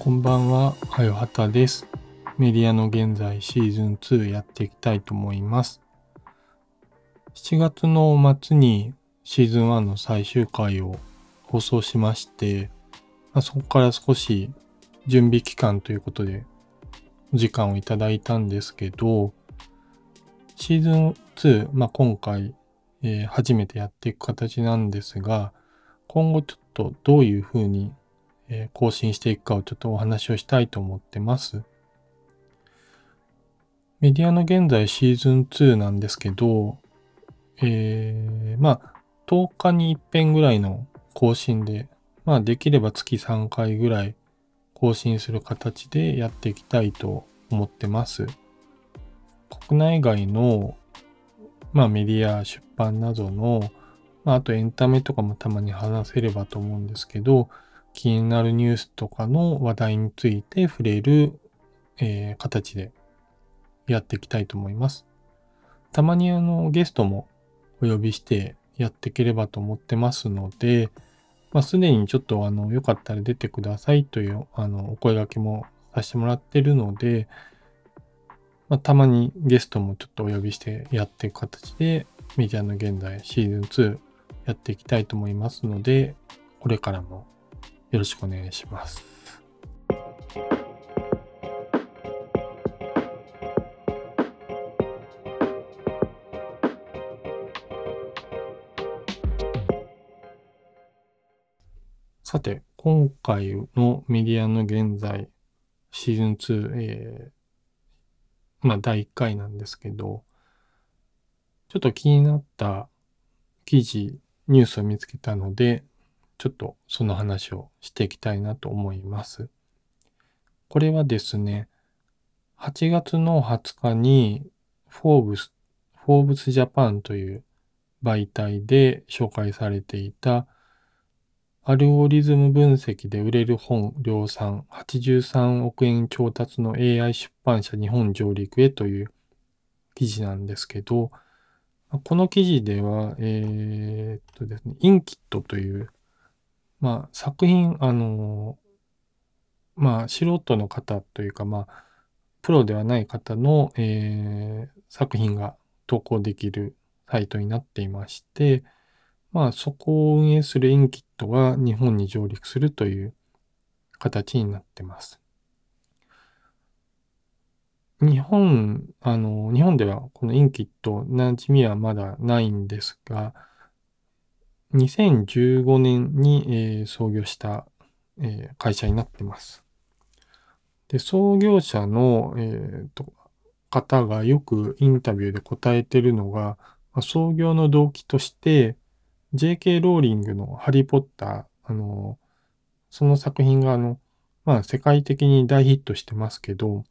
こんばんは、はよはたです。メディアの現在シーズン2やっていきたいと思います。7月の末にシーズン1の最終回を放送しまして、そこから少し準備期間ということでお時間をいただいたんですけど、シーズン2、今回、初めてやっていく形なんですが、今後ちょっとどういうふうに更新していくかをちょっとお話をしたいと思ってます。メディアの現在シーズン2なんですけど、10日に一遍ぐらいの更新で、できれば月3回ぐらい更新する形でやっていきたいと思ってます。国内外の、メディア、出版などの、あとエンタメとかもたまに話せればと思うんですけど、気になるニュースとかの話題について触れる、形でやっていきたいと思います。たまにゲストもお呼びしてやっていければと思ってますので、すでにちょっとよかったら出てくださいというお声掛けもさせてもらってるので、たまにゲストもちょっとお呼びしてやっていく形でメディアの現在シーズン2やっていきたいと思いますので、これからもよろしくお願いします。さて、今回のメディアの現在シーズン2、第1回なんですけど、ちょっと気になった記事、ニュースを見つけたので、ちょっとその話をしていきたいなと思います。これはですね、8月の20日にフォーブスジャパンという媒体で紹介されていたアルゴリズム分析で売れる本量産83億円調達の AI 出版社日本上陸へという記事なんですけど、この記事では、ですね、インキットという、作品、素人の方というか、プロではない方の、作品が投稿できるサイトになっていまして、そこを運営するインキットが日本に上陸するという形になってます。日本ではこのインキット馴染みはまだないんですが、2015年に、創業した、会社になってます。で、創業者の、方がよくインタビューで答えてるのが、創業の動機として、J.K. ローリングのハリー・ポッター、その作品が世界的に大ヒットしてますけど、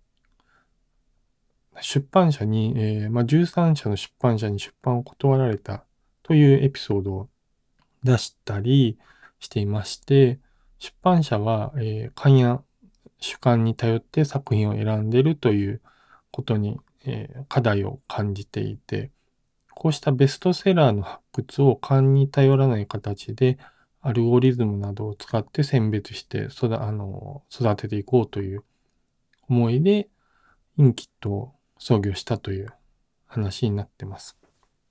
出版社に、13社の出版社に出版を断られたというエピソードを出したりしていまして、出版社は、勘や主観に頼って作品を選んでいるということに、課題を感じていて、こうしたベストセラーの発掘を勘に頼らない形で、アルゴリズムなどを使って選別して育てていこうという思いで、インキットを創業したという話になってます。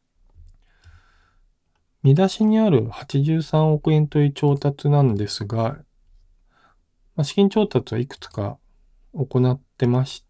見出しにある83億円という調達なんですが、資金調達はいくつか行ってまして、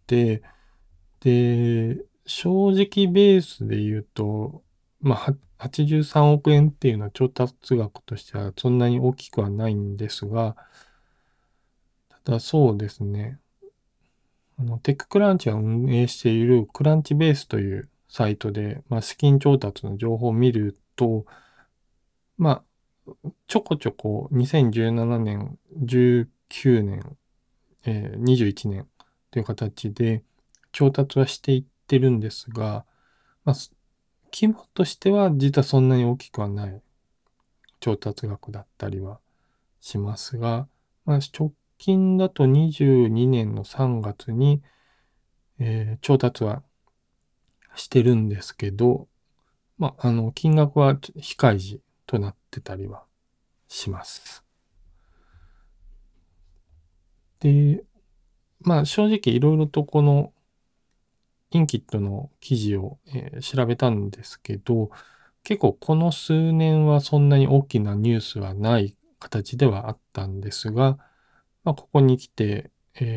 で、正直ベースで言うと、83億円っていうのは調達額としてはそんなに大きくはないんですが、ただそうですね、テッククランチが運営しているクランチベースというサイトで、資金調達の情報を見ると、まちょこちょこ2017年、19年、21年という形で調達はしていってるんですが、規模としては実はそんなに大きくはない調達額だったりはしますが、直近だと22年の3月に、調達はしてるんですけど、金額は控え時となってたりはします。 で、正直いろいろとこのインキットの記事を、調べたんですけど、結構この数年はそんなに大きなニュースはない形ではあったんですが、ここに来て、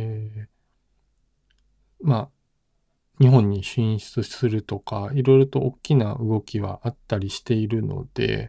まあ、日本に進出するとか、いろいろと大きな動きはあったりしているので、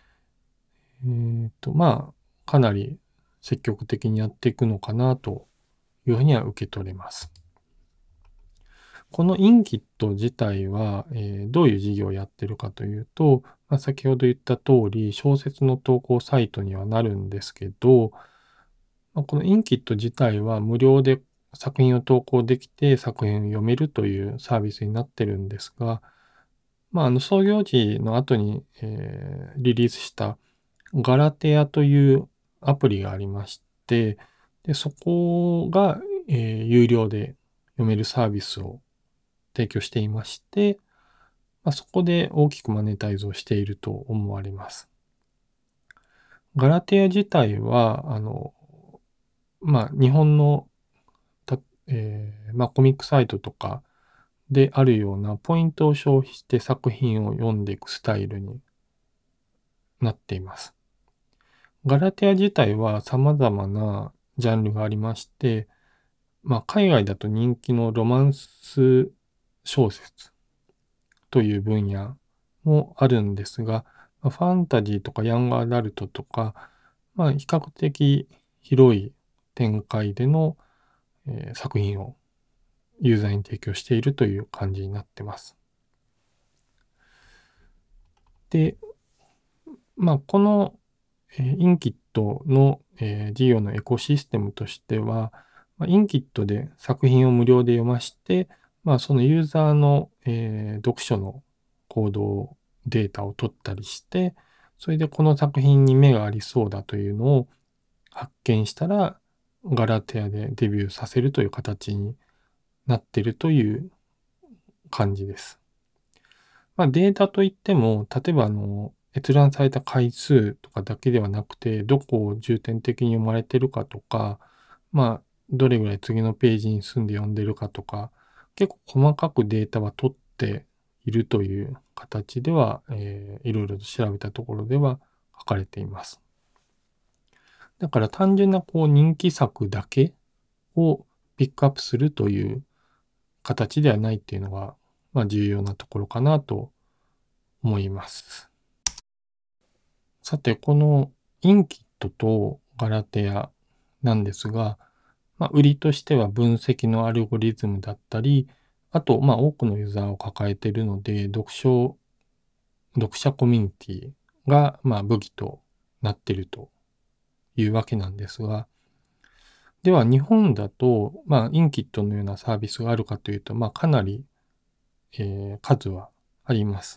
かなり積極的にやっていくのかなというふうには受け取れます。このインキット自体は、どういう事業をやってるかというと、先ほど言った通り、小説の投稿サイトにはなるんですけど、このインキット自体は無料で作品を投稿できて作品を読めるというサービスになってるんですが、創業時の後に、リリースしたガラテアというアプリがありまして、で、そこが、有料で読めるサービスを提供していまして、そこで大きくマネタイズをしていると思われます。ガラテア自体は、日本のた、コミックサイトとかであるようなポイントを消費して作品を読んでいくスタイルになっています。ガラテア自体は様々なジャンルがありまして、海外だと人気のロマンス小説という分野もあるんですが、ファンタジーとかヤングアダルトとか、比較的広い展開での、作品をユーザーに提供しているという感じになってます。で、この、インキットの、事業のエコシステムとしては、インキットで作品を無料で読まして、そのユーザーの、読書の行動データを取ったりして、それでこの作品に目がありそうだというのを発見したら、ガラテアでデビューさせるという形になっているという感じです。データといっても、例えば閲覧された回数とかだけではなくて、どこを重点的に読まれてるかとか、どれぐらい次のページに進んで読んでるかとか、結構細かくデータは取っているという形では、いろいろと調べたところでは書かれています。だから単純な人気作だけをピックアップするという形ではないっていうのが、重要なところかなと思います。さて、このインキットとガラテアなんですが、売りとしては分析のアルゴリズムだったり、あと、多くのユーザーを抱えているので、読者コミュニティが、武器となっているというわけなんですが、では日本だと、インキットのようなサービスがあるかというと、かなり、数はあります。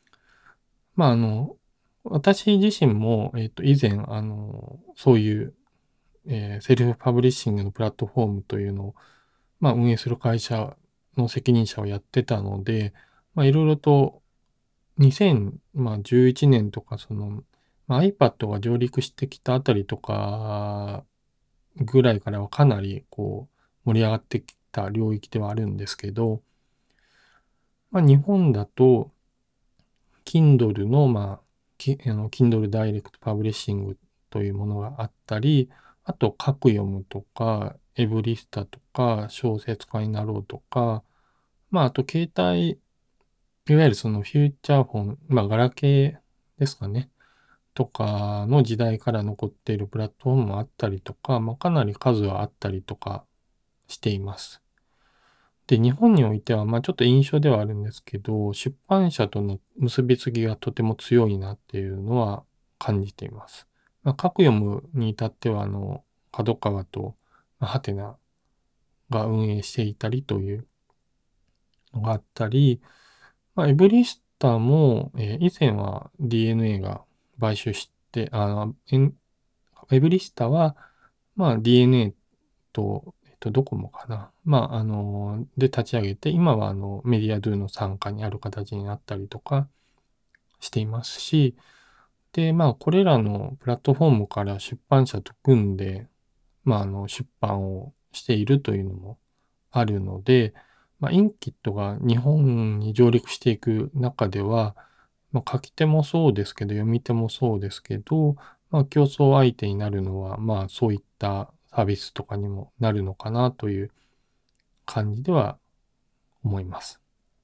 私自身も、以前、そういう、セルフパブリッシングのプラットフォームというのを、運営する会社の責任者をやってたので、いろいろと2011年とか、iPad が上陸してきたあたりとかぐらいからはかなり盛り上がってきた領域ではあるんですけど、日本だと Kindle の、Kindle Direct Publishing というものがあったり、あと、書く読むとか、エブリスタとか、小説家になろうとか、あと、携帯、いわゆるそのフューチャーフォン、ガラケーですかね、とかの時代から残っているプラットフォームもあったりとか、かなり数はあったりとかしています。で、日本においては、ちょっと印象ではあるんですけど、出版社との結びつきがとても強いなっていうのは感じています。各読むに至っては、角川と、ハテナが運営していたりというのがあったり、エブリスタも、以前は DNA が買収して、エブリスタは、DNA と、ドコモかな。で立ち上げて、今はメディアドゥの傘下にある形になったりとかしていますし、で、これらのプラットフォームから出版社と組んで、 出版をしているというのもあるので、インキットが日本に上陸していく中では、書き手もそうですけど、読み手もそうですけど、競争相手になるのは、そういったサービスとかにもなるのかなという感じでは思います。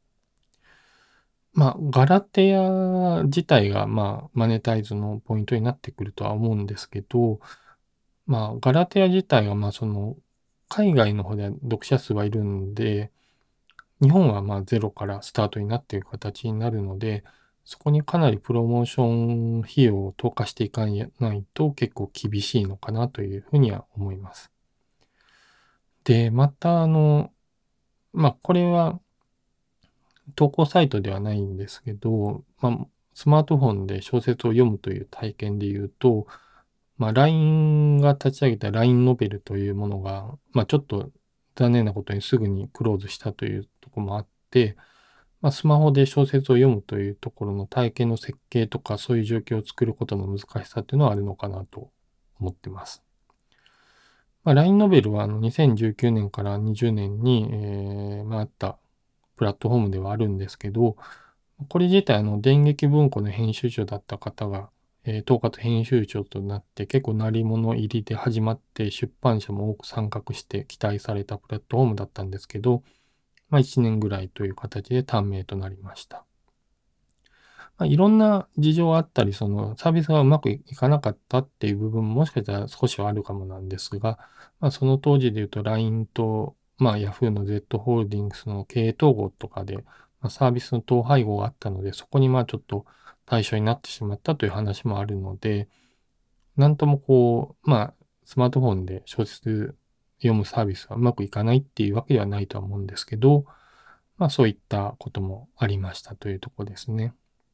ガラテア自体が、マネタイズのポイントになってくるとは思うんですけど、ガラテア自体は、海外の方では読者数はいるんで、日本はゼロからスタートになっている形になるので、そこにかなりプロモーション費用を投下していかないと結構厳しいのかなというふうには思います。で、またこれは投稿サイトではないんですけど、スマートフォンで小説を読むという体験で言うと、LINE が立ち上げた LINE ノベルというものが、ちょっと残念なことにすぐにクローズしたというところもあって、スマホで小説を読むというところの体験の設計とか、そういう状況を作ることの難しさっていうのはあるのかなと思ってます。LINE ノベルは2019年から20年に、あったプラットフォームではあるんですけど、これ自体電撃文庫の編集長だった方が、統括編集長となって結構鳴り物入りで始まって出版社も多く参画して期待されたプラットフォームだったんですけど、1年ぐらいという形で短命となりました。いろんな事情があったり、そのサービスがうまくいかなかったっていう部分ももしかしたら少しはあるかもなんですが、その当時で言うと LINE と、Yahoo の Z ホールディングスの経営統合とかで、サービスの統廃合があったので、そこにちょっと対象になってしまったという話もあるので、なんともスマートフォンで小説読むサービスはうまくいかないっていうわけではないとは思うんですけど、そういったこともありましたというところですね。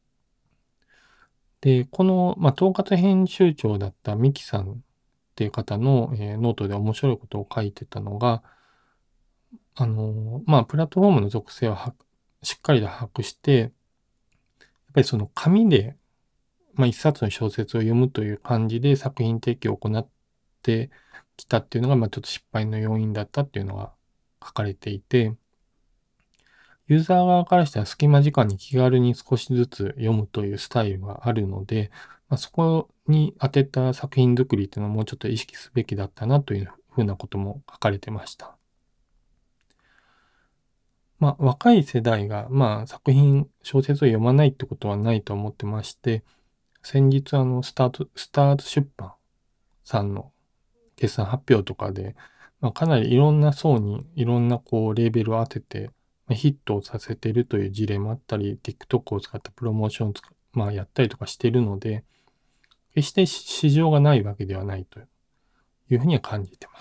で、この、統括編集長だったミキさんっていう方の、ノートで面白いことを書いてたのが、プラットフォームの属性をしっかりと把握して、やっぱりその紙で、一冊の小説を読むという感じで作品提供を行ってきたっていうのが、ちょっと失敗の要因だったっていうのが書かれていて、ユーザー側からしたら隙間時間に気軽に少しずつ読むというスタイルがあるので、そこに当てた作品作りっていうのをもうちょっと意識すべきだったなというふうなことも書かれてました。若い世代が、小説を読まないってことはないと思ってまして、先日スタート出版さんの決算発表とかで、かなりいろんな層にいろんなレーベルを当てて、ヒットをさせているという事例もあったり、TikTok を使ったプロモーションをやったりとかしているので、決して市場がないわけではないというふうには感じてます。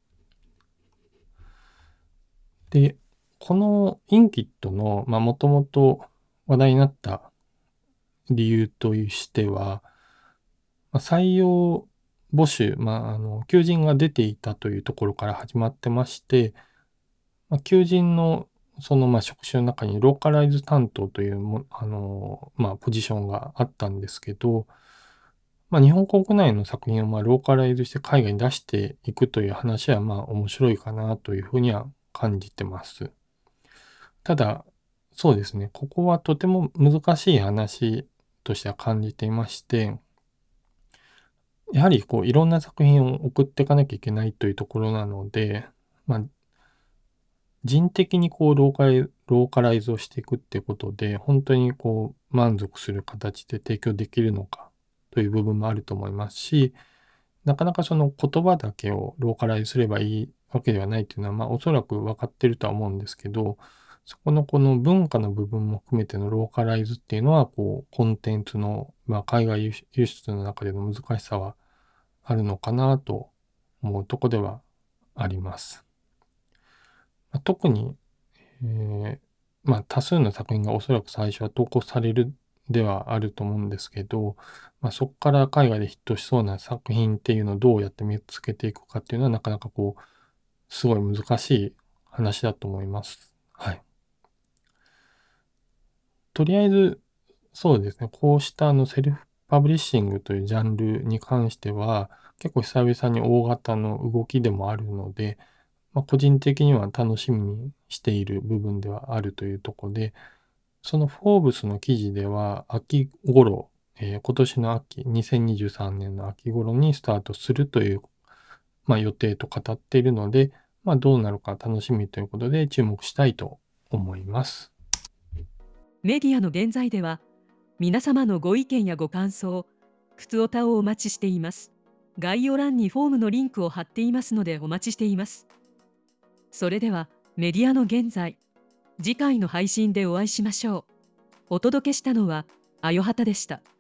で、このインキットの、もともと話題になった理由としては、採用募集、求人が出ていたというところから始まってまして、求人の職種の中にローカライズ担当というポジションがあったんですけど、日本国内の作品をローカライズして海外に出していくという話は面白いかなというふうには感じてます。ただ、そうですね、ここはとても難しい話としては感じていまして、やはりいろんな作品を送っていかなきゃいけないというところなので、人的にローカライズをしていくってことで、本当に満足する形で提供できるのかという部分もあると思いますし、なかなかその言葉だけをローカライズすればいいわけではないっていうのは、おそらく分かってるとは思うんですけど、そこのこの文化の部分も含めてのローカライズっていうのは、コンテンツの、海外輸出の中での難しさはあるのかなと思うとこではあります。特に、多数の作品がおそらく最初は投稿されるではあると思うんですけど、そこから海外でヒットしそうな作品っていうのをどうやって見つけていくかっていうのはなかなかすごい難しい話だと思います。はい。とりあえず、そうですね、こうしたセルフパブリッシングというジャンルに関しては、結構久々に大型の動きでもあるので、個人的には楽しみにしている部分ではあるというところで、そのフォーブスの記事では、秋頃、今年の秋、2023年の秋頃にスタートするという、予定と語っているので、どうなるか楽しみということで注目したいと思います。 メディアの現在では、皆様のご意見やご感想、ふつおたをお待ちしています。概要欄にフォームのリンクを貼っていますのでお待ちしています。それでは、メディアの現在、次回の配信でお会いしましょう。お届けしたのは、あよはたでした。